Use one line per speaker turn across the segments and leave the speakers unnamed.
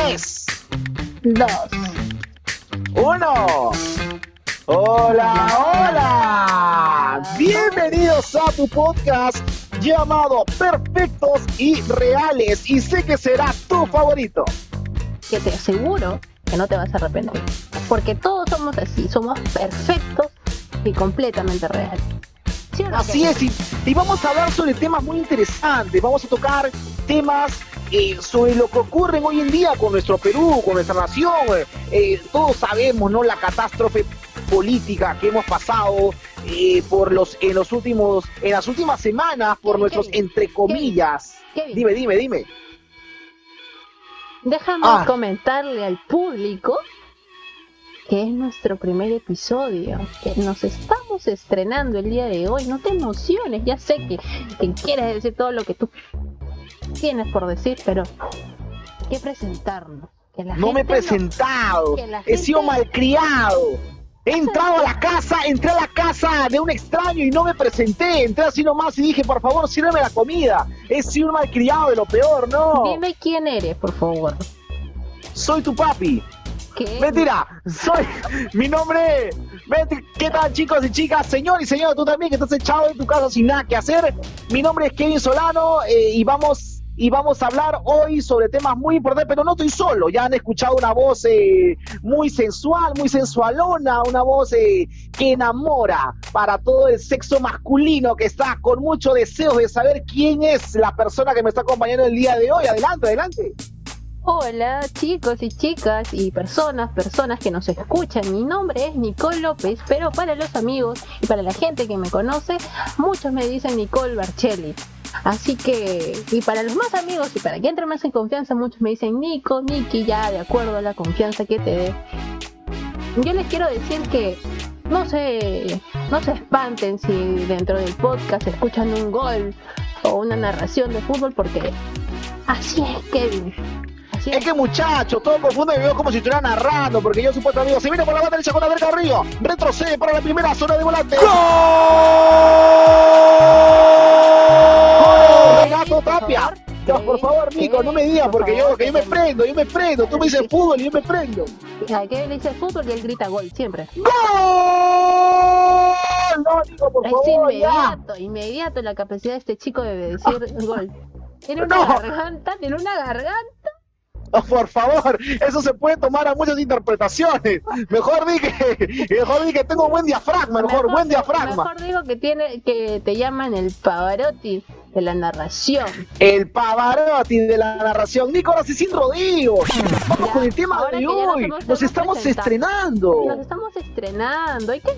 3,
Dos.
1. Hola. Bienvenidos a tu podcast llamado Perfectos y Reales, y sé que será tu favorito.
Que te aseguro que no te vas a arrepentir, porque todos somos así, somos perfectos y completamente reales. ¿Sí o no,
Así es, y vamos a hablar sobre temas muy interesantes. Vamos a tocar temas sobre lo que ocurre hoy en día con nuestro Perú, con nuestra nación. Todos sabemos, ¿no?, la catástrofe política que hemos pasado en las últimas semanas por nuestros entre comillas.
Kevin.
Dime.
Déjame comentarle al público que es nuestro primer episodio, que nos estamos estrenando el día de hoy. No te emociones, ya sé que quieres decir todo lo que tú tienes por decir, pero hay que presentarnos.
No me he presentado, he sido malcriado. Entré a la casa de un extraño y no me presenté. Entré así nomás y dije, por favor, sírveme la comida. He sido un malcriado de lo peor, ¿no?
Dime quién eres, por favor.
Soy tu papi.
¿Qué?
Mentira, mi nombre. ¿Qué tal, chicos y chicas? Señor y señora, tú también que estás echado en tu casa sin nada que hacer. Mi nombre es Kevin Solano y vamos a hablar hoy sobre temas muy importantes, pero no estoy solo. Ya han escuchado una voz muy sensual, muy sensualona, una voz que enamora para todo el sexo masculino que está con mucho deseo de saber quién es la persona que me está acompañando el día de hoy. Adelante.
Hola chicos y chicas y personas que nos escuchan. Mi nombre es Nicole López, pero para los amigos y para la gente que me conoce, muchos me dicen Nicole Barcelli. Así que, y para los más amigos y para que entre más en confianza, muchos me dicen Nico, Niki, ya de acuerdo a la confianza que te dé. Yo les quiero decir que no se espanten si dentro del podcast escuchan un gol o una narración de fútbol, porque así es, Kevin.
Es que muchachos, todo confunde, me veo como si estuviera narrando, porque yo supuestamente se viene por la banda derecha con la verga Río, retrocede para la primera zona de volante. ¡Gol! Renato Tapia. Por favor, Nico, no me digas, porque yo me prendo. Tú me dices fútbol y yo me prendo.
¿A qué le dices fútbol y él grita gol siempre?
¡Gol! No, Nico, por favor,
es inmediato la capacidad de este chico de decir gol. Tiene una garganta.
Oh, por favor, eso se puede tomar a muchas interpretaciones. Mejor di que tengo buen diafragma, buen diafragma.
Mejor digo que te llaman el Pavarotti de la narración.
El Pavarotti de la narración. Nico, ahora sí sin rodillos. Vamos con el tema de hoy. Nos estamos estrenando.
Hay que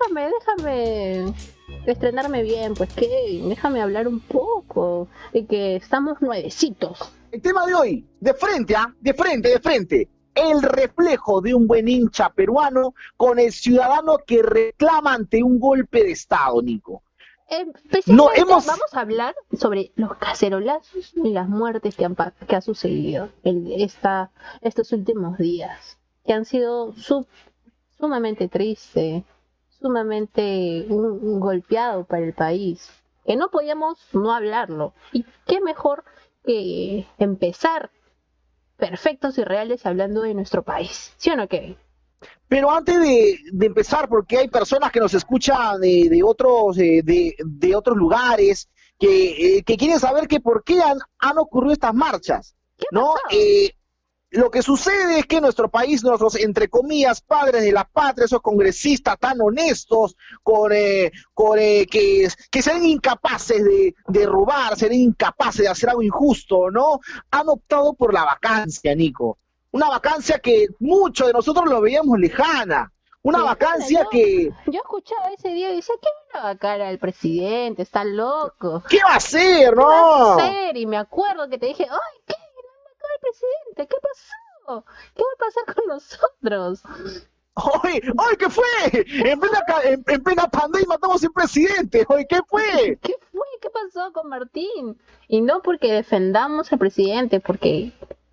déjame estrenarme bien, pues que déjame hablar un poco de que estamos nuevecitos.
El tema de hoy, de frente. El reflejo de un buen hincha peruano con el ciudadano que reclama ante un golpe de estado, Nico.
Vamos a hablar sobre los cacerolazos y las muertes que ha sucedido estos últimos días, que han sido sumamente tristes, sumamente golpeado para el país, que no podíamos no hablarlo. Y qué mejor que empezar perfectos y reales hablando de nuestro país, ¿sí o no, Kevin?
Pero antes de empezar, porque hay personas que nos escuchan de otros lugares que quieren saber que por qué han ocurrido estas marchas, ¿no? Lo que sucede es que en nuestro país, nuestros, entre comillas, padres de la patria, esos congresistas tan honestos, que sean incapaces de robar, sean incapaces de hacer algo injusto, ¿no? Han optado por la vacancia, Nico. Una vacancia que muchos de nosotros lo veíamos lejana. Una vacancia que...
Yo escuchaba ese día y decía, ¿qué va a vacar al presidente? Está loco.
¿Qué va a hacer, no?
¿Qué va a hacer? Y me acuerdo que te dije, ¡ay, qué! El presidente, ¿qué pasó? ¿Qué va a pasar con nosotros?
¡Ay, qué fue! En plena pandemia matamos al presidente. ¡Ay, qué fue!
¿Qué pasó con Martín? Y no porque defendamos al presidente, porque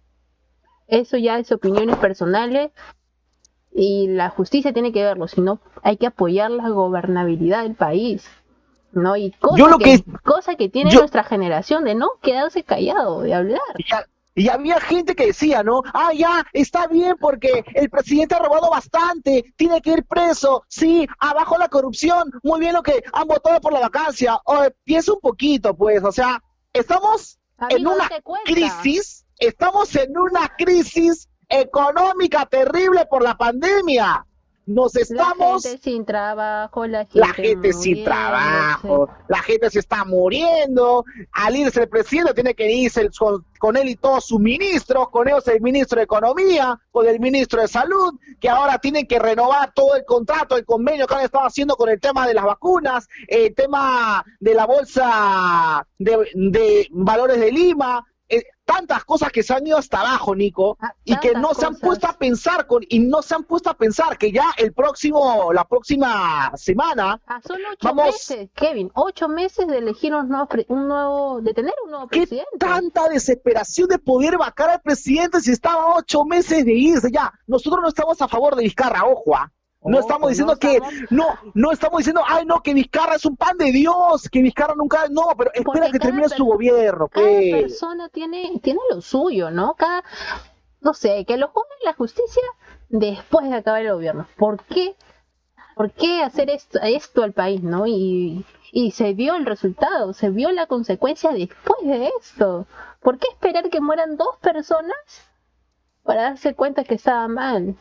eso ya es opiniones personales y la justicia tiene que verlo, sino hay que apoyar la gobernabilidad del país, ¿no? Y cosa que tiene nuestra generación de no quedarse callado, de hablar.
Y había gente que decía, ¿no? Ah, ya, está bien porque el presidente ha robado bastante, tiene que ir preso, sí, abajo la corrupción, muy bien lo que han votado por la vacancia. Oye, piensa un poquito, pues, o sea,
Amigo, date cuenta.
estamos en una crisis económica terrible por la pandemia. Nos
La gente
estamos
sin trabajo, la
la
gente
gente sin
muriéndose.
trabajo, la gente se está muriendo, al irse el presidente tiene que irse con él y todos sus ministros, con ellos el ministro de Economía, con el ministro de Salud, que ahora tienen que renovar todo el contrato, el convenio que han estado haciendo con el tema de las vacunas, el tema de la bolsa de valores de Lima, tantas cosas que se han ido hasta abajo, Nico, y que
Tantas
no se han puesto a
cosas.
pensar y no se han puesto a pensar que ya la próxima semana
Son ocho
vamos,
meses, Kevin, 8 meses de elegir de tener un nuevo
qué
presidente.
tanta desesperación de poder vacar al presidente si estaba 8 meses de irse ya. Nosotros no estamos a favor de Vizcarra, ojo, ¿ah? No estamos
Ojo, no
diciendo que,
estamos,
no estamos diciendo, ay no, que Vizcarra es un pan de Dios, que Vizcarra nunca, no, pero espera
porque
que termine su gobierno,
cada
pues.
persona tiene lo suyo, ¿no? No sé, que lo juzgue la justicia después de acabar el gobierno. ¿Por qué hacer esto al país, no? Y se vio el resultado, se vio la consecuencia después de esto. ¿Por qué esperar que mueran 2 personas para darse cuenta que estaba mal?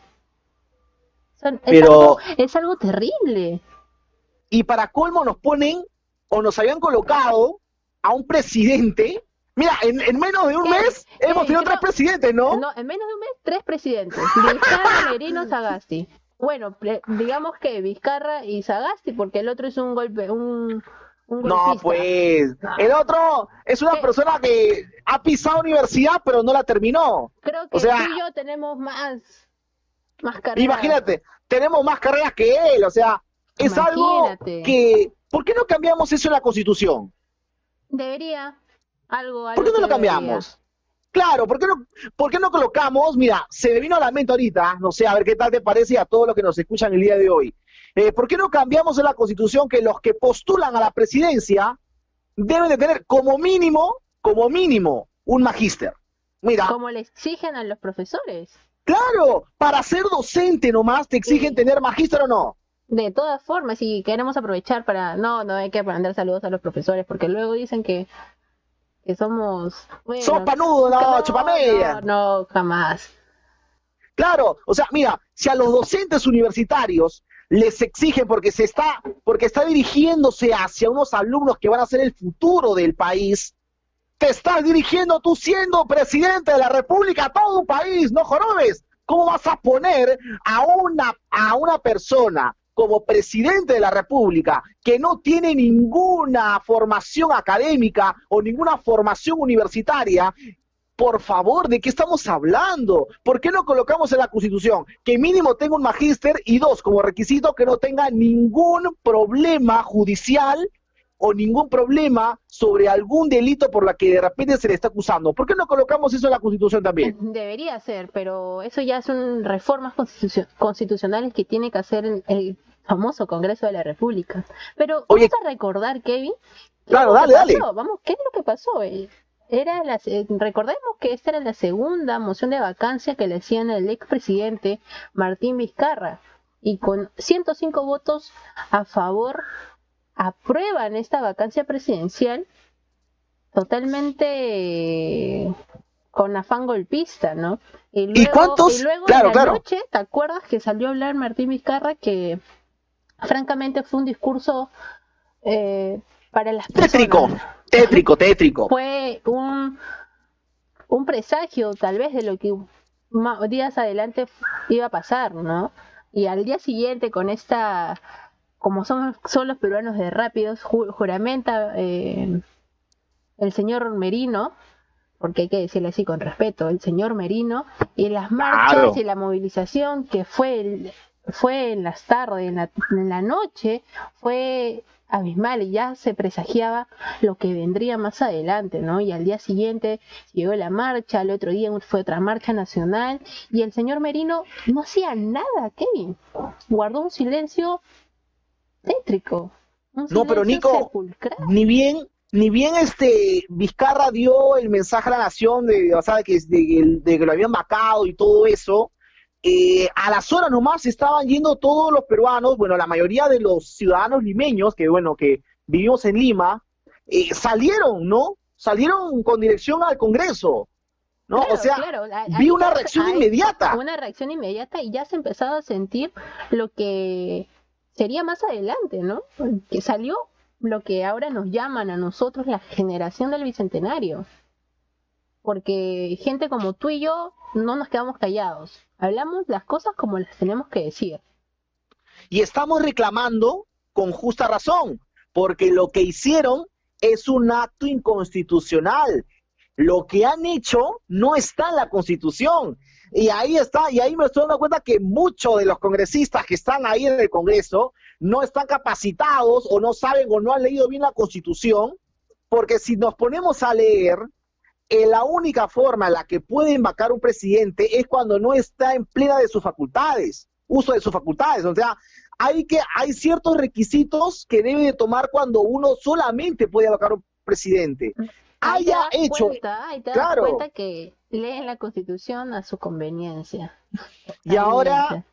Pero
Es algo terrible.
y para colmo nos ponen o nos habían colocado a un presidente. Mira, en menos de un mes hemos
Kevin,
tenido tres presidentes, ¿no?
no, en menos de un mes, 3 presidentes. Vizcarra, Merino, Sagasti. Bueno, digamos que Vizcarra y Sagasti, porque el otro es un
No,
golpista.
pues, el otro es una
Que
persona que ha pisado universidad, pero no la terminó.
creo
O
que tú
sea,
y yo tenemos más carreras.
imagínate, tenemos más carreras que él, o sea, es algo
Imagínate.
que, ¿por qué no cambiamos eso en la Constitución?
Debería,
¿Por
algo
qué no
que
lo
debería.
cambiamos? Claro, ¿por qué no colocamos? Mira, se me vino a la mente ahorita, no sé, a ver qué tal te parece a todos los que nos escuchan el día de hoy. ¿Por qué no cambiamos en la Constitución que los que postulan a la presidencia deben de tener como mínimo, un magíster? Mira,
Como le exigen a los profesores.
claro, para ser docente nomás te exigen
Y
tener magíster o no.
de todas formas, si queremos aprovechar no hay que mandar saludos a los profesores, porque luego dicen que somos, bueno,
Sopa nudo, no, chupamedia.
jamás.
Claro, o sea, mira, si a los docentes universitarios les exigen porque está dirigiéndose hacia unos alumnos que van a ser el futuro del país, te estás dirigiendo tú siendo presidente de la República a todo un país, no jorobes. ¿Cómo vas a poner a una persona como presidente de la República que no tiene ninguna formación académica o ninguna formación universitaria? Por favor, ¿de qué estamos hablando? ¿Por qué no colocamos en la Constitución que mínimo tenga un magíster y dos, como requisito, que no tenga ningún problema judicial o ningún problema sobre algún delito por la que de repente se le está acusando? ¿Por qué no colocamos eso en la Constitución también?
Debería ser, pero eso ya son reformas constitucionales que tiene que hacer el famoso Congreso de la República. Pero vamos
Oye,
a recordar, Kevin, qué es
claro,
lo que
dale, dale.
pasó. Vamos, ¿qué es lo que pasó? Recordemos que esta era la segunda moción de vacancia que le hacían al expresidente Martín Vizcarra, y con 105 votos a favor aprueban esta vacancia presidencial totalmente con afán golpista, ¿no?
¿Y
Y
cuántos?
luego en
Claro,
la
claro.
noche, ¿te acuerdas que salió a hablar Martín Vizcarra que francamente fue un discurso para las
Tétrico,
personas?
tétrico, tétrico.
Fue un presagio tal vez de lo que días adelante iba a pasar, ¿no? Y al día siguiente con como son los peruanos de rápidos, juramenta el señor Merino, porque hay que decirle así con respeto, el señor Merino, y las marchas
Claro.
y la movilización que fue en las tardes, en la noche, fue abismal, y ya se presagiaba lo que vendría más adelante, ¿no? Y al día siguiente llegó la marcha, al otro día fue otra marcha nacional, y el señor Merino no hacía nada, Kevin, guardó un silencio tétrico, un
No, pero
silencio
Nico,
sepulcral.
ni bien ni bien Vizcarra dio el mensaje a la nación o sea, de que lo habían vacado y todo eso, a las horas nomás estaban yendo todos los peruanos, bueno, la mayoría de los ciudadanos limeños, que bueno, que vivimos en Lima, salieron, ¿no? Salieron con dirección al Congreso, ¿no? O
Claro,
sea,
claro,
vi una reacción
hay
inmediata.
una reacción inmediata y ya se empezaba a sentir lo que sería más adelante, ¿no? Que salió lo que ahora nos llaman a nosotros la generación del bicentenario, porque gente como tú y yo no nos quedamos callados, hablamos las cosas como las tenemos que decir.
Y estamos reclamando con justa razón, porque lo que hicieron es un acto inconstitucional. Lo que han hecho no está en la Constitución. Y ahí está, y ahí me estoy dando cuenta que muchos de los congresistas que están ahí en el Congreso no están capacitados o no saben o no han leído bien la Constitución, porque si nos ponemos a leer, la única forma en la que pueden vacar un presidente es cuando no está en plena de sus facultades, uso de sus facultades. O sea, hay ciertos requisitos que debe de tomar cuando uno solamente puede vacar un presidente. Haya hecho,
Ahí te das
claro,
cuenta que leen la Constitución a su conveniencia.
y ahora
Totalmente.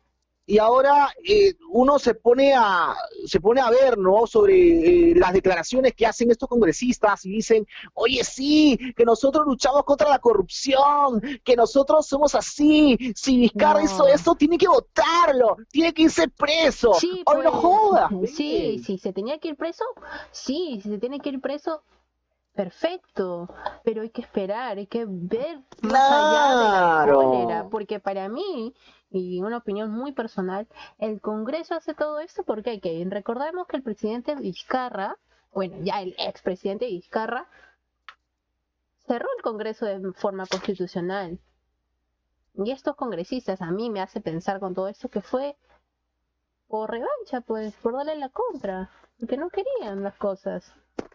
uno se pone a ver, ¿no? Sobre las declaraciones que hacen estos congresistas y dicen, oye, sí, que nosotros luchamos contra la corrupción, que nosotros somos así, si Vizcarra hizo
No.
eso, tiene que votarlo, tiene que irse preso.
Sí,
Hoy no
pues,
jodas,
sí,
men.
si se tenía que ir preso, sí, si se tiene que ir preso, perfecto, pero hay que esperar, hay que ver más allá de la cólera,
Claro.
porque para mí, y una opinión muy personal, el Congreso hace todo esto porque hay que recordemos que el presidente Vizcarra, bueno, ya el expresidente Vizcarra, cerró el Congreso de forma constitucional. Y estos congresistas a mí me hace pensar con todo esto que fue por revancha, pues, por darle la contra, porque no querían las cosas.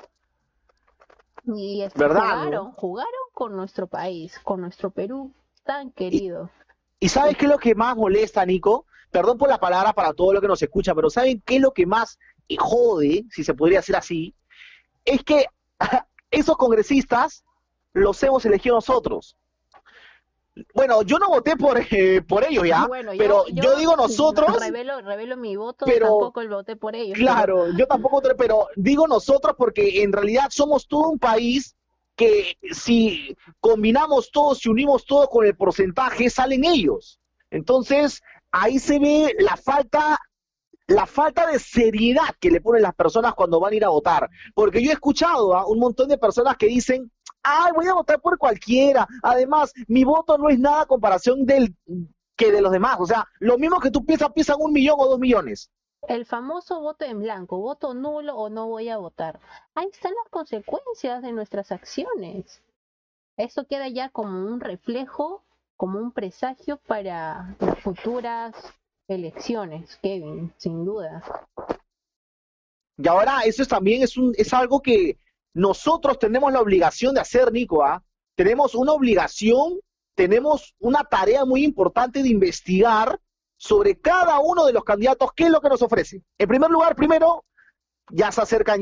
Y
¿Verdad, no?
jugaron con nuestro país, con nuestro Perú tan
Y,
querido.
y ¿sabes qué es lo que más molesta, Nico? Perdón por la palabra para todo lo que nos escucha, pero ¿saben qué es lo que más jode, si se podría decir así? Es que esos congresistas los hemos elegido nosotros. Bueno, yo no voté por ellos ya,
Bueno,
pero yo digo nosotros,
revelo mi voto,
pero
tampoco el voté por ellos, pero
claro, yo tampoco voté, pero digo nosotros porque en realidad somos todo un país que si combinamos todo, si unimos todo con el porcentaje, salen ellos. Entonces, ahí se ve la falta de seriedad que le ponen las personas cuando van a ir a votar. Porque yo he escuchado a un montón de personas que dicen, ay, voy a votar por cualquiera. Además, mi voto no es nada a comparación que de los demás. O sea, lo mismo que tú piensan 1 millón o 2 millones.
el famoso voto en blanco, voto nulo o no voy a votar. Ahí están las consecuencias de nuestras acciones. Eso queda ya como un reflejo, como un presagio para las futuras elecciones, Kevin, sin duda.
Y ahora eso también es algo que nosotros tenemos la obligación de hacer, Nico, ¿ah? Tenemos una obligación, tenemos una tarea muy importante de investigar sobre cada uno de los candidatos, qué es lo que nos ofrece. En primer lugar, primero, ya se acercan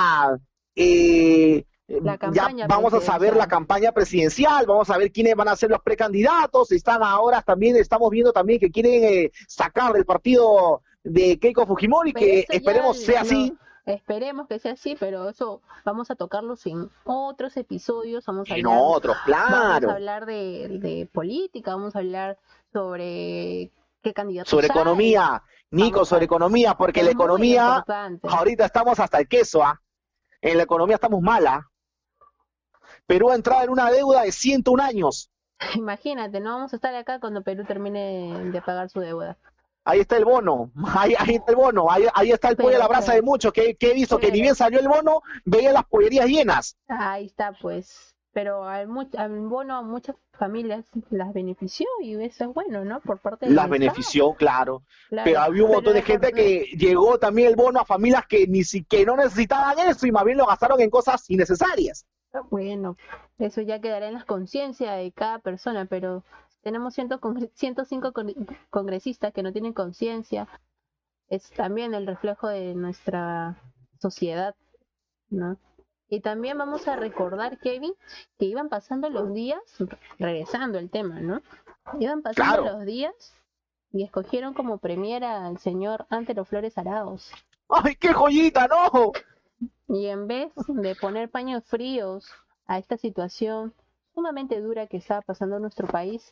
La
ya
campaña
vamos a saber la
presidencial.
campaña presidencial, vamos a ver quiénes van a ser los precandidatos, están ahora también, estamos viendo también que quieren sacar del partido de Keiko Fujimori,
Pero
que
eso ya
esperemos sea
lo
así.
esperemos que sea así, pero eso vamos a tocarlo en otros episodios.
En otros,
Vamos a
claro.
hablar de política, vamos a hablar sobre qué
Sobre
candidatos hay.
economía, Nico,
Vamos
sobre
a,
economía, porque
es
la
muy
economía,
importante.
ahorita estamos hasta el queso, ¿ah? En la economía estamos mala. Perú ha entrado en una deuda de 101 años.
Imagínate, no vamos a estar acá cuando Perú termine de pagar su deuda.
Ahí está el bono, ahí está el bono, ahí está el pollo a
Pero
la brasa de
pues,
muchos que he visto que ni
pero
bien salió el bono, veía las pollerías llenas.
ahí está, pues. Pero al bono a muchas familias las benefició y eso es bueno, ¿no? Por parte del
Las
Estado.
benefició, claro. Pero
Claro,
había un
pero
montón de gente que llegó también el bono a familias que ni siquiera no necesitaban eso y más bien lo gastaron en cosas innecesarias.
bueno, eso ya quedará en la conciencia de cada persona, pero tenemos 105 congresistas que no tienen conciencia, es también el reflejo de nuestra sociedad, ¿no? Y también vamos a recordar, Kevin, que iban pasando los días, regresando al tema, ¿no? Iban pasando
Claro.
los días y escogieron como premier al señor Antero Flores Arauz.
¡Ay, qué joyita, no!
Y en vez de poner paños fríos a esta situación sumamente dura que estaba pasando en nuestro país,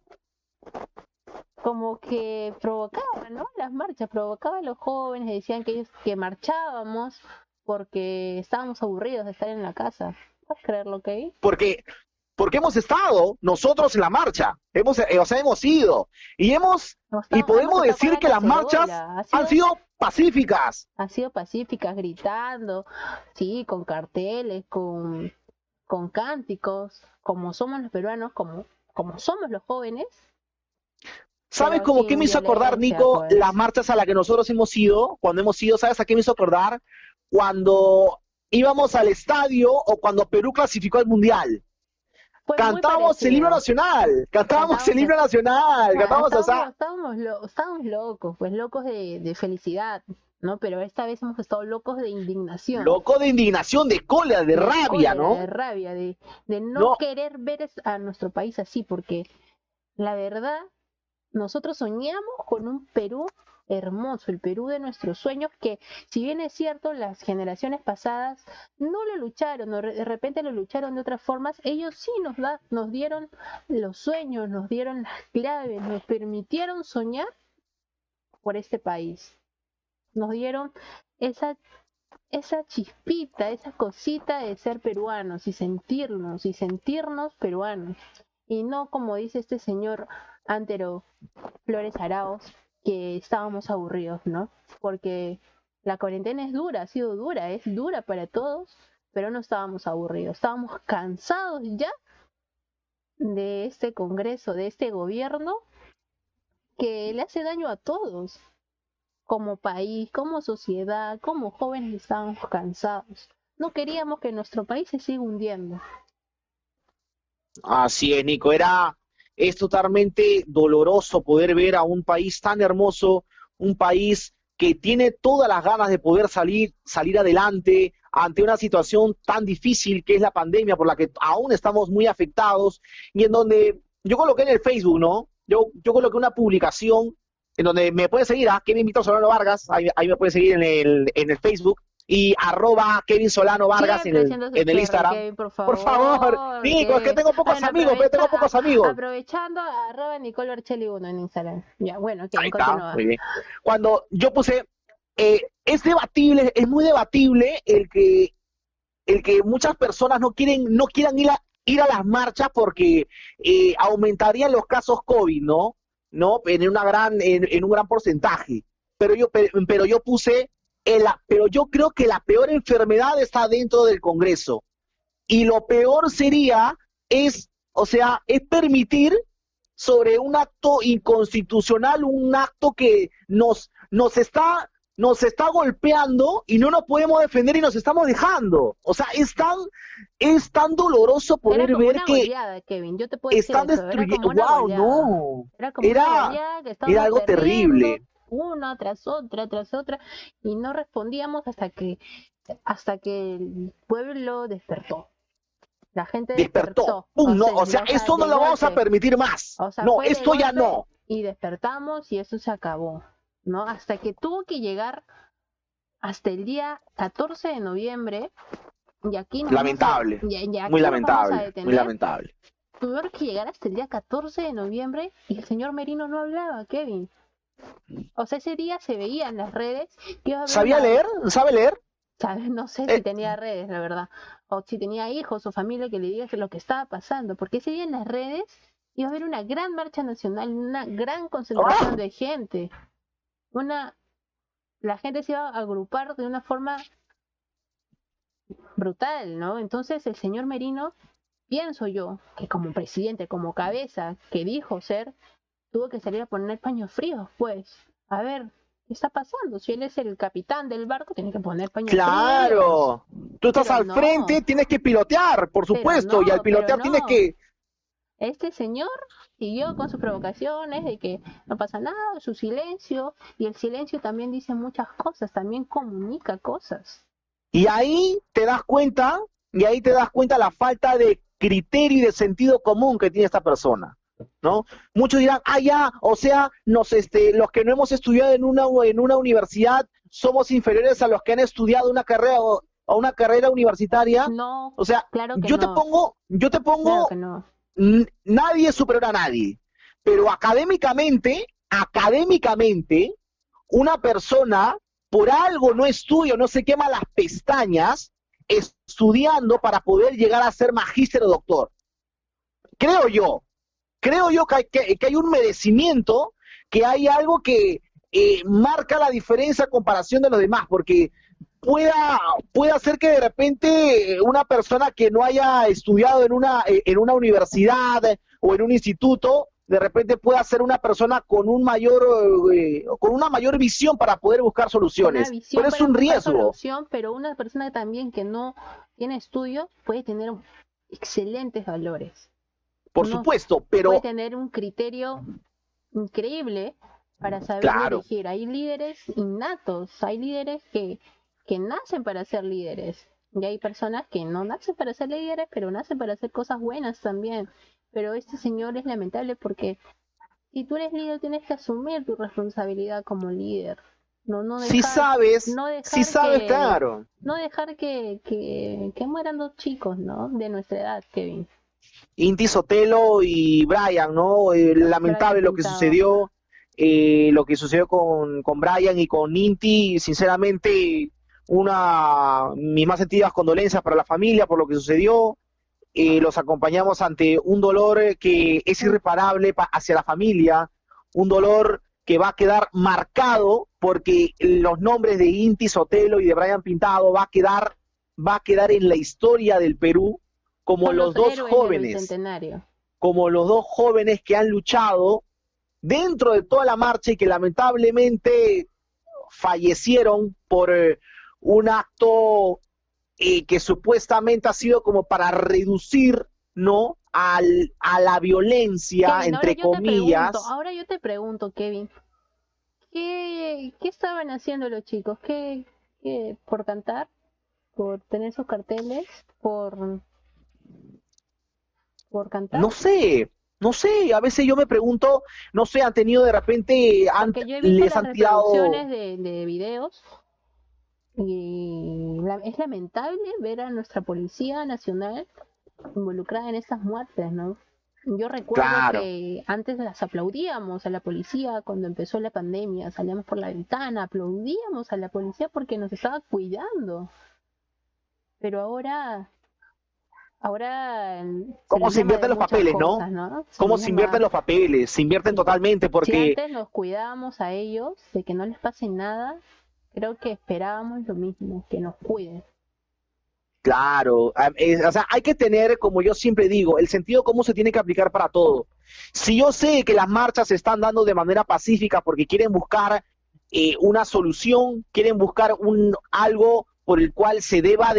como que provocaba, ¿no? Las marchas, provocaba a los jóvenes, decían que ellos que marchábamos porque estábamos aburridos de estar en la casa. ¿Puedes creerlo, Kevin?
Porque hemos estado nosotros en la marcha, o sea, hemos ido y
Hemos
podemos
estado con
decir
la
que las marchas
cacerola,
han sido pacíficas.
han sido pacíficas, gritando, sí, con carteles, con cánticos, como somos los peruanos, como somos los jóvenes,
¿Sabes
pero
como qué
sin
me hizo acordar,
violencia,
Nico, las
pues.
marchas a las que nosotros hemos ido? Cuando hemos ido, ¿sabes a qué me hizo acordar? Cuando íbamos al estadio o cuando Perú clasificó al Mundial.
Fue muy
Cantábamos el himno
parecido.
nacional, cantábamos el
Cantábamos,
himno nacional,
ah,
cantábamos, o sea,
estábamos locos, pues locos de felicidad, ¿no? Pero esta vez hemos estado locos de indignación,
loco de indignación, de cólera, de
de
rabia,
cólera,
¿no?
de rabia, de no
No,
querer ver a nuestro país así, porque la verdad, nosotros soñamos con un Perú hermoso, el Perú de nuestros sueños, que si bien es cierto, las generaciones pasadas no lo lucharon, o de repente lo lucharon de otras formas, ellos sí nos dieron los sueños, nos dieron las claves, nos permitieron soñar por este país, nos dieron esa, esa chispita, esa cosita de ser peruanos y sentirnos peruanos. Y no como dice este señor Antero Flores Arauz, que estábamos aburridos, ¿no? Porque la cuarentena es dura, ha sido dura, es dura para todos, pero no estábamos aburridos, estábamos cansados ya de este Congreso, de este gobierno que le hace daño a todos, como país, como sociedad, como jóvenes estábamos cansados. No queríamos que nuestro país se siga hundiendo.
así es, Nico, es totalmente doloroso poder ver a un país tan hermoso, un país que tiene todas las ganas de poder salir adelante ante una situación tan difícil que es la pandemia por la que aún estamos muy afectados y en donde yo coloqué en el Facebook, ¿no? Yo coloqué una publicación en donde me pueden seguir a Kevin Víctor Solano Vargas, ahí me pueden seguir en el Facebook y @Kevin Solano Vargas
Siempre haciendo su
en el
cherry,
Instagram.
Kevin, por
Por favor,
favor,
Nico, es que
Kevin.
tengo pocos
Bueno,
amigos, pero tengo pocos amigos.
aprovechando, @Nicole Barcelli 1 en Instagram. Ya, bueno,
Ahí
Kevin,
está,
continúa.
muy bien. Cuando yo puse, es debatible, es muy debatible el que muchas personas no quieran ir a las marchas porque aumentarían los casos COVID, ¿no? ¿No? En un gran porcentaje. Pero yo puse, pero yo creo que la peor enfermedad está dentro del Congreso. Y lo peor sería, o sea, es permitir sobre un acto inconstitucional, un acto que nos está golpeando y no nos podemos defender y nos estamos dejando. O sea, es tan doloroso
Era
poder
como
ver
una
que
goleada, Kevin, yo te puedo decir
están
eso, era como
destruyendo.
una
¡Wow!
goleada.
No.
Era como una
Era,
goleada que
era
estábamos
algo
perdiendo
terrible.
una tras otra, y no respondíamos hasta que el pueblo despertó. La gente
Despertó.
despertó,
¡Pum! No, o sea, esto no
de
lo vamos a
golpe.
permitir más.
O sea,
No,
fue de
esto ya
golpe
no.
y despertamos y eso se acabó, ¿no? Hasta que tuvo que llegar hasta el día 14 de noviembre y aquí nos
Lamentable.
y
Muy
aquí nos vamos a
lamentable. Muy
detener.
lamentable.
Tuvieron que llegar hasta el día 14 de noviembre y el señor Merino no hablaba, Kevin. O sea, ese día se veía en las redes que iba a haber
¿Sabía leer? ¿Sabe leer?
¿sabes? No sé si
Eh,
tenía redes, la verdad, o si tenía hijos o familia que le digas lo que estaba pasando, porque ese día en las redes iba a haber una gran marcha nacional, una gran concentración
¡Ah!
de gente, una la gente se iba a agrupar de una forma brutal, ¿no? Entonces el señor Merino, pienso yo, que como presidente, como cabeza que dijo ser, tuvo que salir a poner paños fríos, pues. A ver, ¿qué está pasando? Si él es el capitán del barco, tiene que poner paños fríos.
Claro. Tú estás
Pero
al frente,
no,
tienes que pilotear, por
pero
supuesto, y al
pero
pilotear tienes
no.
que.
Este señor siguió con sus provocaciones de que no pasa nada, su silencio, y el silencio también dice muchas cosas, también comunica cosas.
Y ahí te das cuenta, y ahí te das cuenta la falta de criterio y de sentido común que tiene esta persona, ¿no? Muchos dirán, ah, ya, o sea, los que no hemos estudiado en una universidad somos inferiores a los que han estudiado una carrera o una carrera universitaria.
No,
O sea,
claro que no,
yo te
claro
pongo,
que no.
nadie es superior a nadie, pero académicamente, una persona por algo no estudia, no se quema las pestañas estudiando para poder llegar a ser magíster o doctor. Creo yo, creo yo que hay un merecimiento, que hay algo que marca la diferencia a comparación de los demás, porque pueda, pueda ser que de repente una persona que no haya estudiado en una universidad o en un instituto, de repente pueda ser una persona con una mayor visión para poder buscar
Con una
soluciones,
visión
pero es
para
un
buscar
riesgo,
solución, pero una persona también que no tiene estudios puede tener excelentes valores.
por
Uno
supuesto,
puede
pero
tener un criterio increíble para saber
claro,
dirigir. Hay líderes innatos, hay líderes que nacen para ser líderes. Y hay personas que no nacen para ser líderes, pero nacen para hacer cosas buenas también. Pero este señor es lamentable porque si tú eres líder tienes que asumir tu responsabilidad como líder. No,
si sabes, claro.
no dejar que mueran dos chicos, ¿no? De nuestra edad, Kevin.
Inti Sotelo y Brian, ¿no?
Brian
Lamentable
Pintado.
lo que sucedió con Brian y con Inti, sinceramente, mis más sentidas condolencias para la familia por lo que sucedió. Los acompañamos ante un dolor que es irreparable hacia la familia, un dolor que va a quedar marcado porque los nombres de Inti Sotelo y de Brian Pintado va a quedar en la historia del Perú como
Son
los
los
dos
héroes del
jóvenes,
Bicentenario.
como los dos jóvenes que han luchado dentro de toda la marcha y que lamentablemente fallecieron por un acto que supuestamente ha sido como para reducir, ¿no? A la violencia,
Kevin,
entre comillas.
ahora yo te pregunto, Kevin, ¿qué estaban haciendo los chicos? ¿Qué por cantar? ¿Por tener sus carteles? ¿Por cantar?
No sé, no sé, a veces yo me pregunto, no sé, han tenido de repente,
Porque yo he visto
les
las
han tirado,
reproducciones de videos y es lamentable ver a nuestra Policía Nacional involucrada en estas muertes, ¿no? Yo recuerdo
claro,
que antes las aplaudíamos a la policía cuando empezó la pandemia, salíamos por la ventana, aplaudíamos a la policía porque nos estaba cuidando. Pero ahora se
cómo
les
se
llama de
invierten los
muchas
papeles, ¿no?
cosas, ¿no? Se
Cómo
les
se invierten
llama,
los papeles, se invierten
si,
totalmente
si
porque,
antes nos cuidábamos a ellos de que no les pase nada, creo que esperábamos lo mismo, que nos cuiden.
claro, o sea, hay que tener, como yo siempre digo, el sentido común se tiene que aplicar para todo. Si yo sé que las marchas se están dando de manera pacífica porque quieren buscar una solución, quieren buscar algo por el cual se deba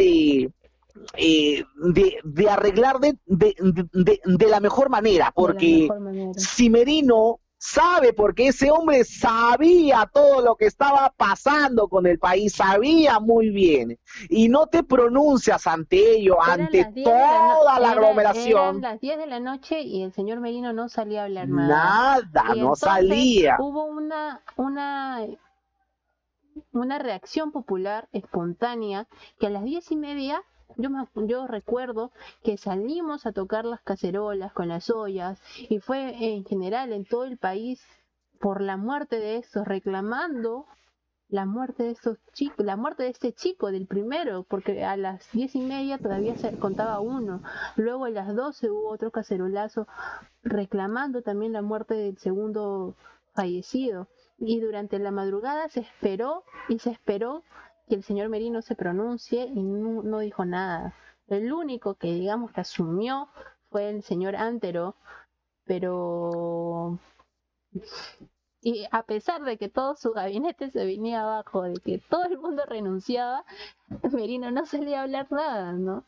de arreglar de la mejor manera,
De la
porque
mejor manera.
si Merino sabe, porque ese hombre sabía todo lo que estaba pasando con el país, sabía muy bien, y no te pronuncias ante ello,
Eran
ante
las 10 de la no-
toda la
eran
aglomeración,
las 10 de la noche y el señor Merino no salía a hablar nada.
nada,
Y
no
entonces
salía,
hubo una reacción popular espontánea que a las 10:30 yo recuerdo que salimos a tocar las cacerolas con las ollas y fue en general en todo el país por la muerte de estos, reclamando la muerte de estos chicos, la muerte de este chico, del primero, porque a las 10:30 todavía se contaba uno, luego a las 12 hubo otro cacerolazo reclamando también la muerte del segundo fallecido. Y durante la madrugada se esperó y se esperó que el señor Merino se pronuncie y no dijo nada. El único que digamos que asumió fue el señor Antero, pero y a pesar de que todo su gabinete se venía abajo, de que todo el mundo renunciaba, Merino no salía a hablar nada, ¿no?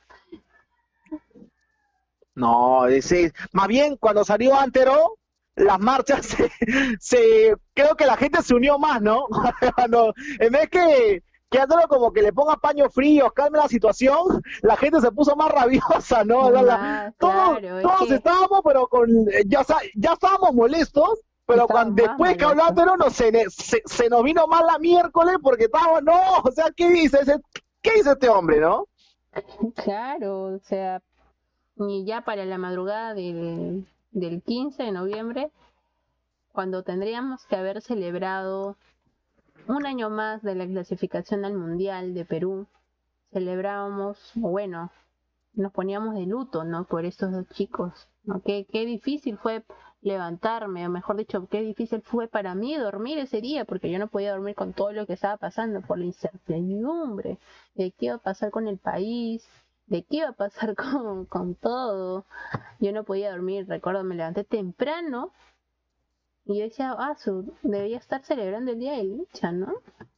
no, más bien cuando salió Antero, las marchas creo que la gente se unió más, ¿no? En vez que que Antonio como que le ponga paños fríos, calme la situación, la gente se puso más rabiosa, ¿no?
Claro, es
Todos
que
estábamos, pero ya estábamos molestos, pero
estaban más
después que habló
molestos.
Antonio se nos vino mal la miércoles porque estábamos, no, o sea, ¿qué dice este hombre, no?
Claro, o sea, y ya para la madrugada del 15 de noviembre, cuando tendríamos que haber celebrado un año más de la clasificación al Mundial de Perú, celebrábamos, o bueno, nos poníamos de luto, ¿no? Por estos dos chicos, ¿no? Qué difícil fue levantarme, o mejor dicho, qué difícil fue para mí dormir ese día, porque yo no podía dormir con todo lo que estaba pasando, por la incertidumbre de qué iba a pasar con el país, de qué iba a pasar con todo. Yo no podía dormir, recuerdo, me levanté temprano y yo decía, debería estar celebrando el Día del Lucha, ¿no?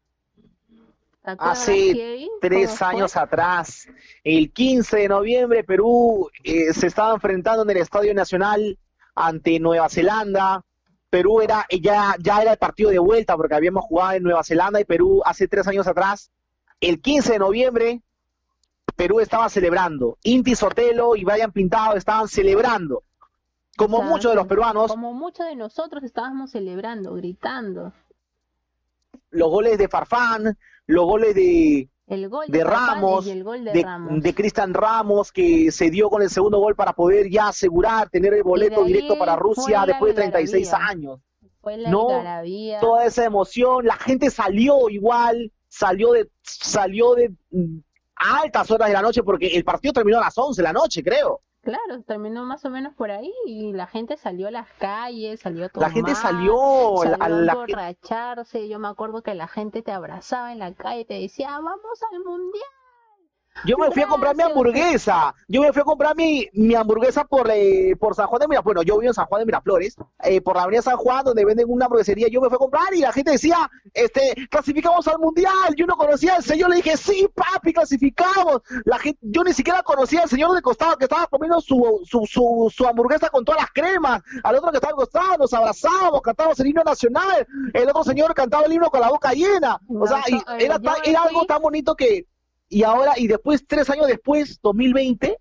¿Te acuerdas,
Hace
Kevin? ¿Cómo
3 años
fue?
atrás, el 15 de noviembre, Perú se estaba enfrentando en el Estadio Nacional ante Nueva Zelanda. Perú ya era el partido de vuelta porque habíamos jugado en Nueva Zelanda y Perú hace 3 años atrás. El 15 de noviembre, Perú estaba celebrando. Inti Sotelo y Brian Pintado estaban celebrando, como
Estaban
muchos de los peruanos,
como muchos de nosotros estábamos celebrando, gritando.
los goles de Farfán, los goles de,
El gol de
de
Farfán y
Ramos,
el gol de
de
Ramos.
Cristian Ramos, que se dio con el segundo gol para poder ya asegurar, tener el
Y de
boleto directo para
ahí
Rusia
fue la
después de 36
algarabía.
años.
Fue la
¿No?
algarabía.
Toda esa emoción, la gente salió igual, salió de a altas horas de la noche, porque el partido terminó a las 11 de la noche, creo.
Claro, terminó más o menos por ahí y la gente salió a las calles, salió a
La gente
tomar,
salió,
salió a emborracharse. Yo me acuerdo que la gente te abrazaba en la calle y te decía, vamos al mundial,
yo me fui a comprar mi
gracias.
hamburguesa. Yo me fui a comprar mi hamburguesa por San Juan de Miraflores. Bueno, yo vivo en San Juan de Miraflores, por la avenida San Juan, donde venden una hamburguesería. Yo me fui a comprar y la gente decía, clasificamos al mundial. Yo no conocía al señor, le dije, sí, papi, clasificamos. La gente, yo ni siquiera conocía al señor de costado que estaba comiendo su hamburguesa con todas las cremas. Al otro que estaba al costado, nos abrazábamos, cantábamos el himno nacional. El otro señor cantaba el himno con la boca llena. O sea,
Yo me
era algo
fui
tan bonito que y después, 3 años después, 2020,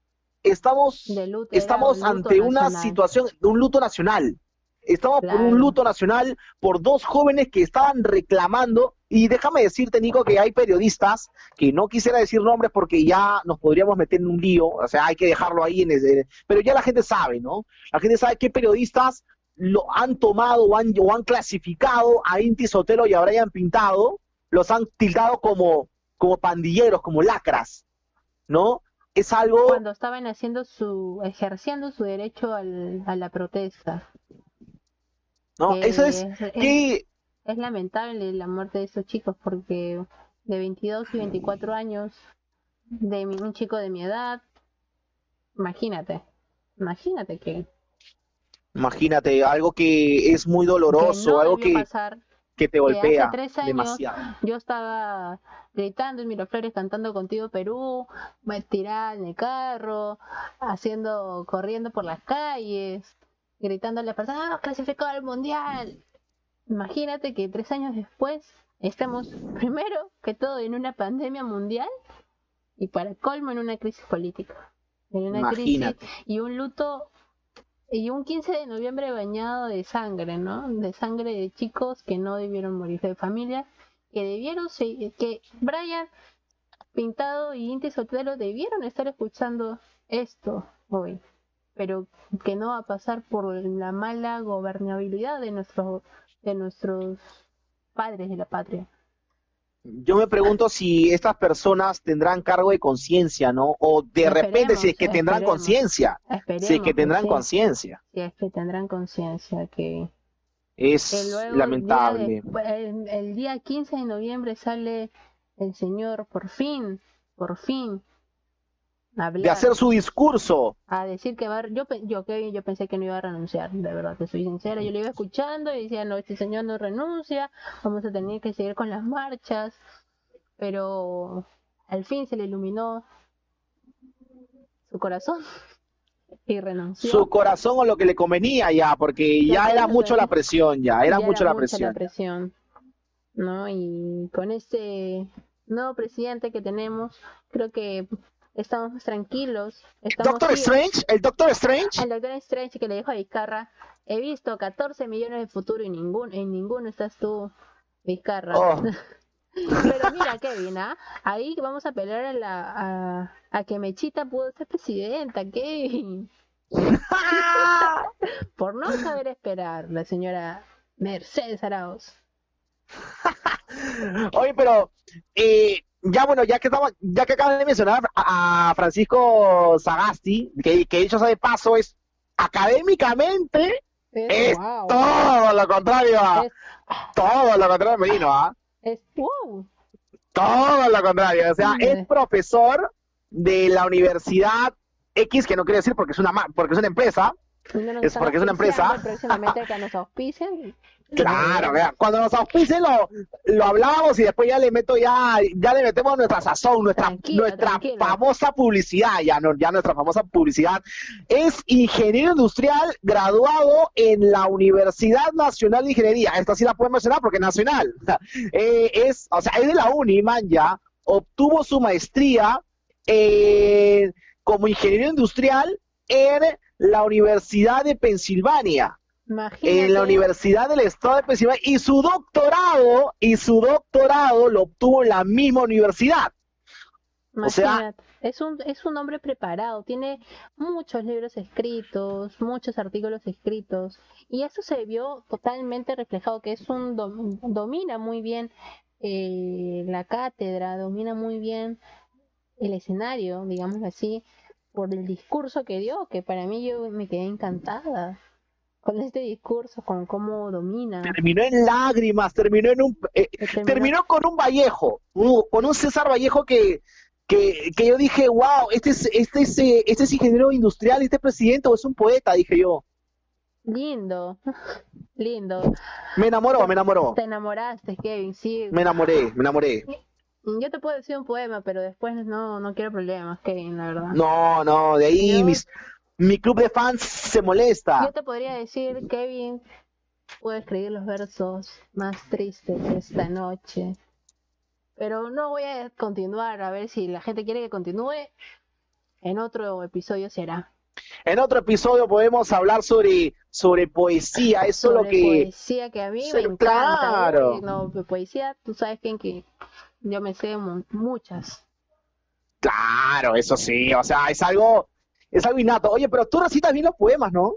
de luto, era
estamos
un luto
ante una
nacional,
situación de un luto nacional. Estamos por un
claro.
luto nacional por dos jóvenes que estaban reclamando, y déjame decirte, Nico, que hay periodistas, que no quisiera decir nombres porque ya nos podríamos meter en un lío, o sea, hay que dejarlo ahí, pero ya la gente sabe, ¿no? La gente sabe qué periodistas lo han tomado o han clasificado a Inti Sotelo y a Brian Pintado, los han tildado como pandilleros, como lacras, ¿no? Es algo,
Cuando estaban ejerciendo su derecho a la protesta.
¿no? Eso
Que es lamentable la muerte de esos chicos porque de 22 y 24 años, un chico de mi edad, imagínate, imagínate
imagínate, algo que es muy
que
doloroso,
no
algo
debió
que,
pasar,
que te
que hace
golpea
3 años
demasiado.
yo estaba gritando en Miraflores cantando Contigo Perú, me tiraba en el carro, corriendo por las calles, gritando a las personas, ¡ah, clasificado al mundial! Imagínate que 3 años después estamos primero que todo en una pandemia mundial y para colmo en una crisis política, en una crisis
Imagínate.
y un luto y un 15 de noviembre bañado de sangre, ¿no? De sangre de chicos que no debieron morir, de familias que Brian Pintado y Inti Sotelo debieron estar escuchando esto hoy, pero que no va a pasar por la mala gobernabilidad de nuestros padres de la patria.
Yo me pregunto si estas personas tendrán cargo de conciencia, ¿no? O de repente, si es que tendrán conciencia, si es que
Esperemos que
tendrán
sí,
conciencia.
si es que tendrán conciencia que
Es
luego
lamentable.
el día 15 de noviembre sale el señor por fin, a
De
hablar,
hacer su discurso.
a decir que va, yo pensé que no iba a renunciar, de verdad, te soy sincera, yo lo iba escuchando y decía, no, este señor no renuncia, vamos a tener que seguir con las marchas, pero al fin se le iluminó su corazón y renunció.
Su corazón o lo que le convenía ya, porque
Lo
ya
que
era
él
mucho la
se-
presión, ya era
ya era
mucho la
mucha la
presión.
presión. ¿no? Y con este nuevo presidente que tenemos, creo que estamos más tranquilos. Estamos
Doctor Strange, el Doctor Strange.
El Doctor Strange que le dijo a Vizcarra, he visto 14 millones de futuro y en ninguno estás tú, Vizcarra.
Oh.
Pero mira, Kevin, ahí vamos a pelear a que Mechita pudo ser presidenta, Kevin. Por no saber esperar, la señora Mercedes Arauz.
Oye, pero ya bueno, ya que acabas de mencionar a Francisco Sagasti, que dicho sea de paso es académicamente es
wow.
todo lo contrario todo lo contrario a Merino,
es wow.
Todo lo contrario, o sea, es profesor de la Universidad X, que no quiere decir porque es una empresa, es porque es una empresa.
Próximamente que nos auspicien.
Claro, vea, cuando nos auspicien lo hablamos y después ya le metemos nuestra sazón, nuestra famosa publicidad, ya nuestra famosa publicidad. Es ingeniero industrial graduado en la Universidad Nacional de Ingeniería. Esta sí la puedo mencionar porque es nacional. Es de la UNI, man, ya. Obtuvo su maestría como ingeniero industrial en la Universidad de Pensilvania.
Imagínate.
En la Universidad del Estado de Pensilvania, y su doctorado lo obtuvo en la misma universidad.
Imagínate. O sea, es un hombre preparado, tiene muchos libros escritos, muchos artículos escritos, y eso se vio totalmente reflejado, que domina muy bien la cátedra, domina muy bien el escenario, digámoslo así, por el discurso que dio, que para mí yo me quedé encantada con este discurso, con cómo domina.
Terminó en lágrimas, terminó con un Vallejo, con un César Vallejo que yo dije, wow, este es ingeniero industrial, este presidente, o es un poeta, dije yo.
Lindo, lindo.
Me enamoró.
Te enamoraste, Kevin, sí.
Me enamoré.
Yo te puedo decir un poema, pero después no quiero problemas, Kevin, la verdad.
No, de ahí mi club de fans se molesta.
Yo te podría decir, Kevin, puedo escribir los versos más tristes de esta noche, pero no voy a continuar, a ver si la gente quiere que continúe. En otro episodio será.
En otro episodio podemos hablar sobre poesía, eso es lo que...
Poesía que a mí me encanta.
Claro.
No, poesía, tú sabes que yo me sé muchas.
Claro, eso sí, o sea, es algo innato. Oye, pero tú recitas bien los poemas, ¿no?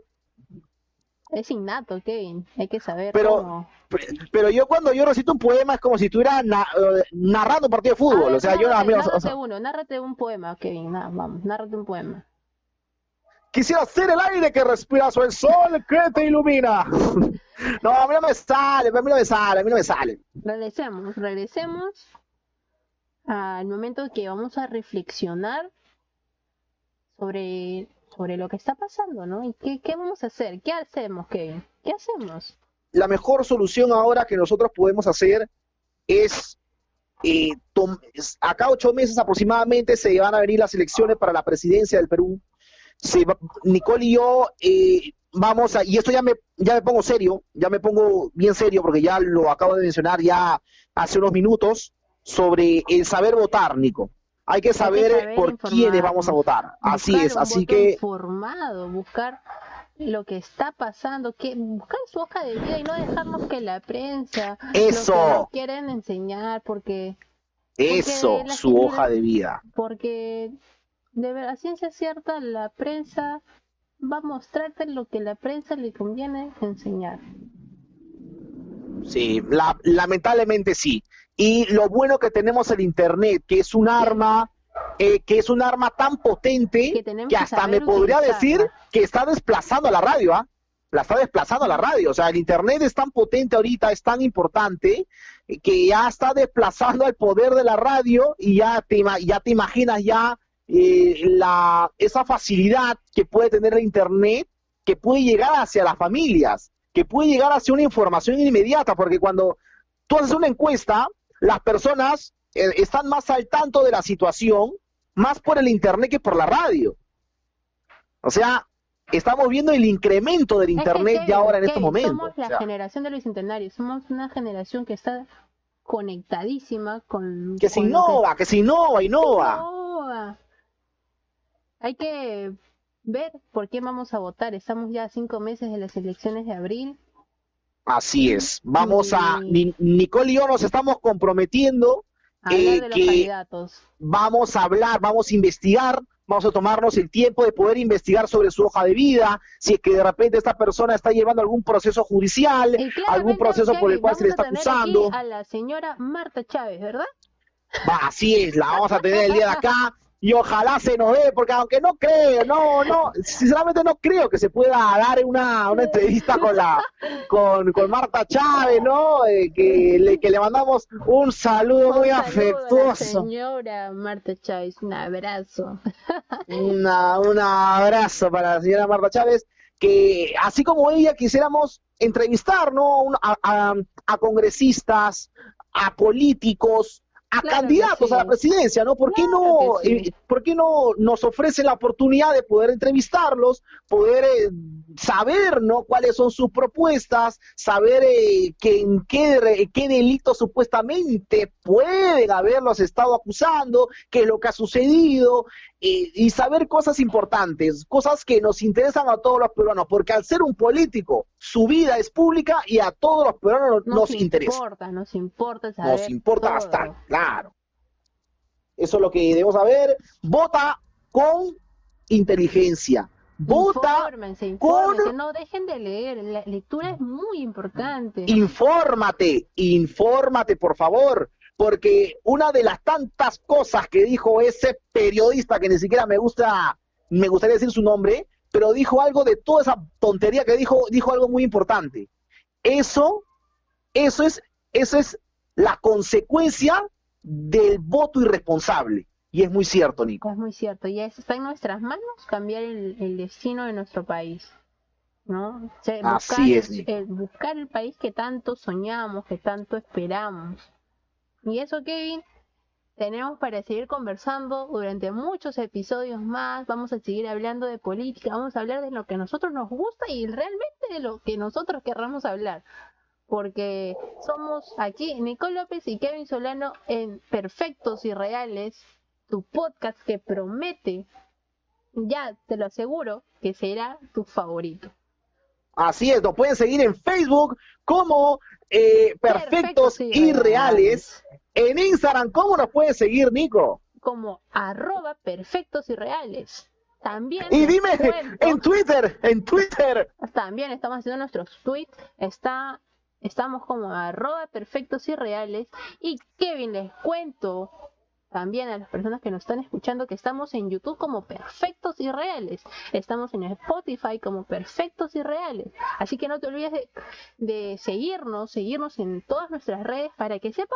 Es innato, Kevin, hay que saber
cómo. Pero yo cuando yo recito un poema es como si estuviera narrando un partido de fútbol.
Ver,
o sea,
nárrate un poema, Kevin, vamos, nárrate un poema.
Quisiera ser el aire que respiras o el sol que te ilumina. No, a mí no me sale.
Regresemos al momento que vamos a reflexionar sobre lo que está pasando, ¿no? ¿Y qué vamos a hacer? ¿Qué hacemos, Kevin? ¿Qué hacemos?
La mejor solución ahora que nosotros podemos hacer es, acá 8 meses aproximadamente se van a venir las elecciones para la presidencia del Perú. Nicole y yo vamos a, y esto ya me pongo serio, ya me pongo bien serio porque ya lo acabo de mencionar ya hace unos minutos, sobre el saber votar, Nico. Hay que saber por quiénes vamos a votar. Así es, así que...
Informado, buscar lo que está pasando, buscar su hoja de vida y no dejarnos que la prensa nos quieren enseñar porque
su hoja de vida.
Porque de verdad, ciencia cierta, la prensa va a mostrarte lo que la prensa le conviene enseñar.
Sí, lamentablemente sí. Y lo bueno que tenemos el internet, que es un arma tan potente que hasta me podría decir que está desplazando a la radio, la está desplazando a la radio. O sea, el internet es tan potente ahorita, es tan importante, que ya está desplazando al poder de la radio y ya te imaginas ya esa facilidad que puede tener el internet, que puede llegar hacia las familias, que puede llegar hacia una información inmediata, porque cuando tú haces una encuesta, las personas están más al tanto de la situación, más por el internet que por la radio. O sea, estamos viendo el incremento del internet ya ahora en estos momentos.
Somos la generación de los bicentenarios, somos una generación que está conectadísima
Que se
con lo
innova, que se innova, innova.
innova. Hay que ver por qué vamos a votar. Estamos ya a 5 meses de las elecciones de abril.
Así es.
Y
Nicole y yo nos estamos comprometiendo
hablar de los
que
candidatos.
vamos a hablar, vamos a investigar, vamos a tomarnos el tiempo de poder investigar sobre su hoja de vida, si es que de repente esta persona está llevando algún proceso judicial,
Y
algún
claramente,
proceso por el
Kevin,
cual se le
vamos a
está
tener
acusando.
aquí a la señora Marta Chávez, ¿verdad?
Así es, la vamos a tener el día de acá y ojalá se nos dé, porque aunque no creo, sinceramente no creo que se pueda dar una entrevista con Marta Chávez, ¿no? Que le mandamos un saludo muy
Un saludo a la
afectuoso.
señora Marta Chávez, un abrazo.
Un abrazo para la señora Marta Chávez, que así como ella quisiéramos entrevistar, ¿no? A congresistas, a políticos, a
Claro que
candidatos
sí.
a la presidencia, ¿no? ¿Por qué
Claro que sí.
por qué no nos ofrecen la oportunidad de poder entrevistarlos, poder saber, ¿no? Cuáles son sus propuestas, saber en qué delitos supuestamente pueden haberlos estado acusando, qué es lo que ha sucedido, y saber cosas importantes, cosas que nos interesan a todos los peruanos, porque al ser un político, su vida es pública y a todos los peruanos nos interesa.
Nos importa saber
Nos importa
todo.
bastante, claro. Eso es lo que debemos saber. Vota con inteligencia. Vota
Infórmense,
con...
no dejen de leer, la lectura es muy importante.
Infórmate, por favor, porque una de las tantas cosas que dijo ese periodista, que ni siquiera me gustaría decir su nombre, pero dijo algo de toda esa tontería que dijo algo muy importante. Eso es la consecuencia del voto irresponsable. Y es muy cierto, Nico.
Es muy cierto, y está en nuestras manos cambiar el destino de nuestro país, ¿no?
Así es, Nico.
Buscar el país que tanto soñamos, que tanto esperamos. Y eso, Kevin, tenemos para seguir conversando durante muchos episodios más. Vamos a seguir hablando de política, vamos a hablar de lo que a nosotros nos gusta y realmente de lo que nosotros querramos hablar. Porque somos aquí Nicole López y Kevin Solano en Perfectos y Reales, tu podcast que promete, ya te lo aseguro, que será tu favorito.
Así es, nos pueden seguir en Facebook como Perfectos y Reales. En Instagram, ¿cómo nos pueden seguir, Nico?
Como @Perfectos y Reales. También
y dime, en Twitter.
También estamos haciendo nuestros tweets. Estamos como @Perfectos y Reales. Y Kevin, les cuento también a las personas que nos están escuchando que estamos en YouTube como Perfectos y Reales. Estamos en Spotify como Perfectos y Reales. Así que no te olvides de seguirnos en todas nuestras redes para que sepas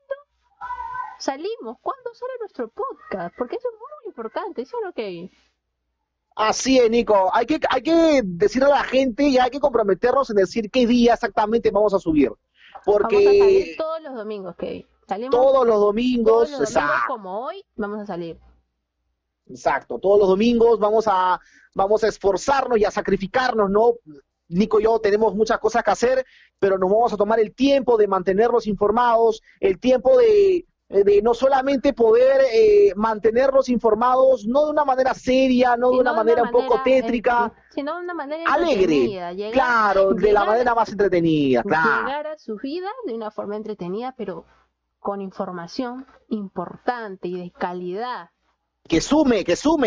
cuándo sale nuestro podcast. Porque eso es muy importante, ¿sí o no, Kevin?
Así es, Nico. Hay que decirle a la gente y hay que comprometernos en decir qué día exactamente vamos a subir. Porque
vamos a salir todos los domingos, Kevin.
Todos los domingos,
exacto. Como hoy, vamos a salir.
Exacto, todos los domingos vamos a esforzarnos y a sacrificarnos, ¿no? Nico y yo tenemos muchas cosas que hacer, pero nos vamos a tomar el tiempo de mantenernos informados, el tiempo de no solamente poder mantenernos informados, no de una manera seria, no de una manera un poco tétrica,
sino de una manera
alegre, claro, de la manera más entretenida, claro.
Llegar a su vida de una forma entretenida, pero con información importante y de calidad.
Que sume.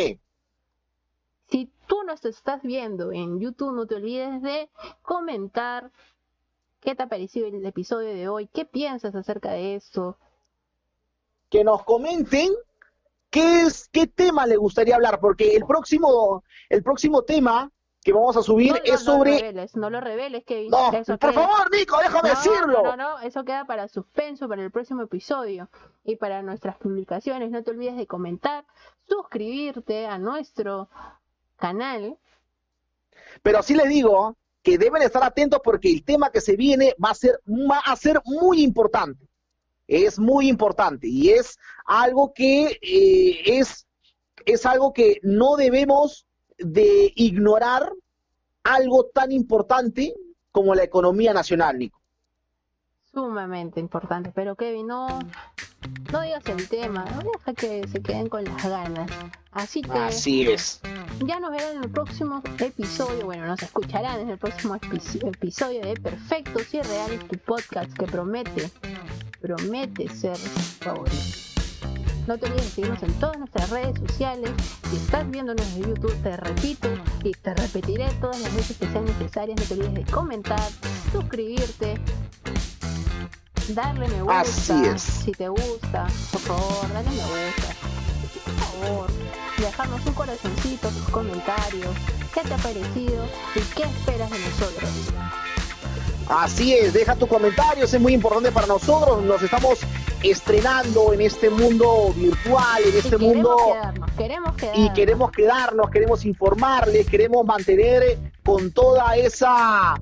Si tú nos estás viendo en YouTube, no te olvides de comentar qué te ha parecido el episodio de hoy, qué piensas acerca de esto.
Que nos comenten qué tema le gustaría hablar, porque el próximo tema que vamos a subir es sobre...
No lo reveles, Kevin.
No, por favor, Nico, déjame decirlo.
No, eso queda para suspenso, para el próximo episodio y para nuestras publicaciones. No te olvides de comentar, suscribirte a nuestro canal.
Pero sí les digo que deben estar atentos porque el tema que se viene va a ser muy importante. Es muy importante y es algo que es algo que no debemos de ignorar, algo tan importante como la economía nacional, Nico.
Sumamente importante. Pero Kevin, no digas el tema, no deja que se queden con las ganas. Así
es.
Ya nos verán en el próximo episodio, bueno, nos escucharán en el próximo episodio de Perfectos y Reales, tu podcast que promete ser favorito. No te olvides de seguirnos en todas nuestras redes sociales. Si estás viéndonos en YouTube, te repito y te repetiré todas las veces que sean necesarias. No te olvides de comentar, suscribirte, darle me gusta.
Así es.
Si te gusta, por favor, dale me gusta. Por favor, dejarnos un corazoncito, tus comentarios, qué te ha parecido y qué esperas de nosotros.
Así es, deja tu comentario, es muy importante para nosotros. Nos estamos estrenando en este mundo virtual, en este mundo. Queremos quedarnos, queremos informarles, queremos mantener con toda esa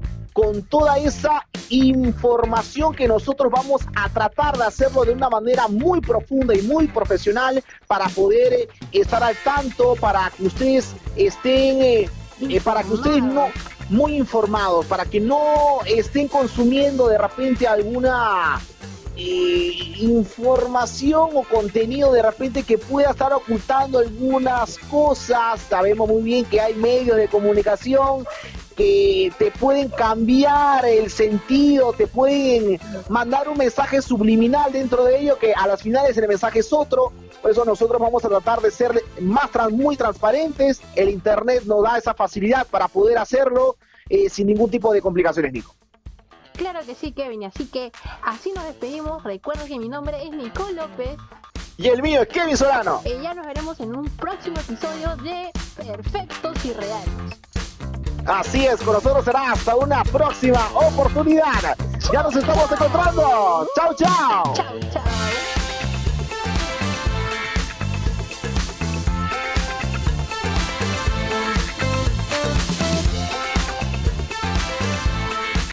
información que nosotros vamos a tratar de hacerlo de una manera muy profunda y muy profesional para poder estar al tanto, para que ustedes estén, muy informados, para que no estén consumiendo de repente alguna información o contenido de repente que pueda estar ocultando algunas cosas. Sabemos muy bien que hay medios de comunicación que te pueden cambiar el sentido, te pueden mandar un mensaje subliminal dentro de ello que a las finales el mensaje es otro. Por eso nosotros vamos a tratar de ser muy transparentes. El internet nos da esa facilidad para poder hacerlo sin ningún tipo de complicaciones, Nico.
Claro que sí, Kevin, así que así nos despedimos. Recuerda que mi nombre es Nicole López.
Y el mío es Kevin Solano.
Y ya nos veremos en un próximo episodio de Perfectos y Reales.
Así es, con nosotros será hasta una próxima oportunidad. Ya nos estamos encontrando. Chao, chao.
Chao, chao.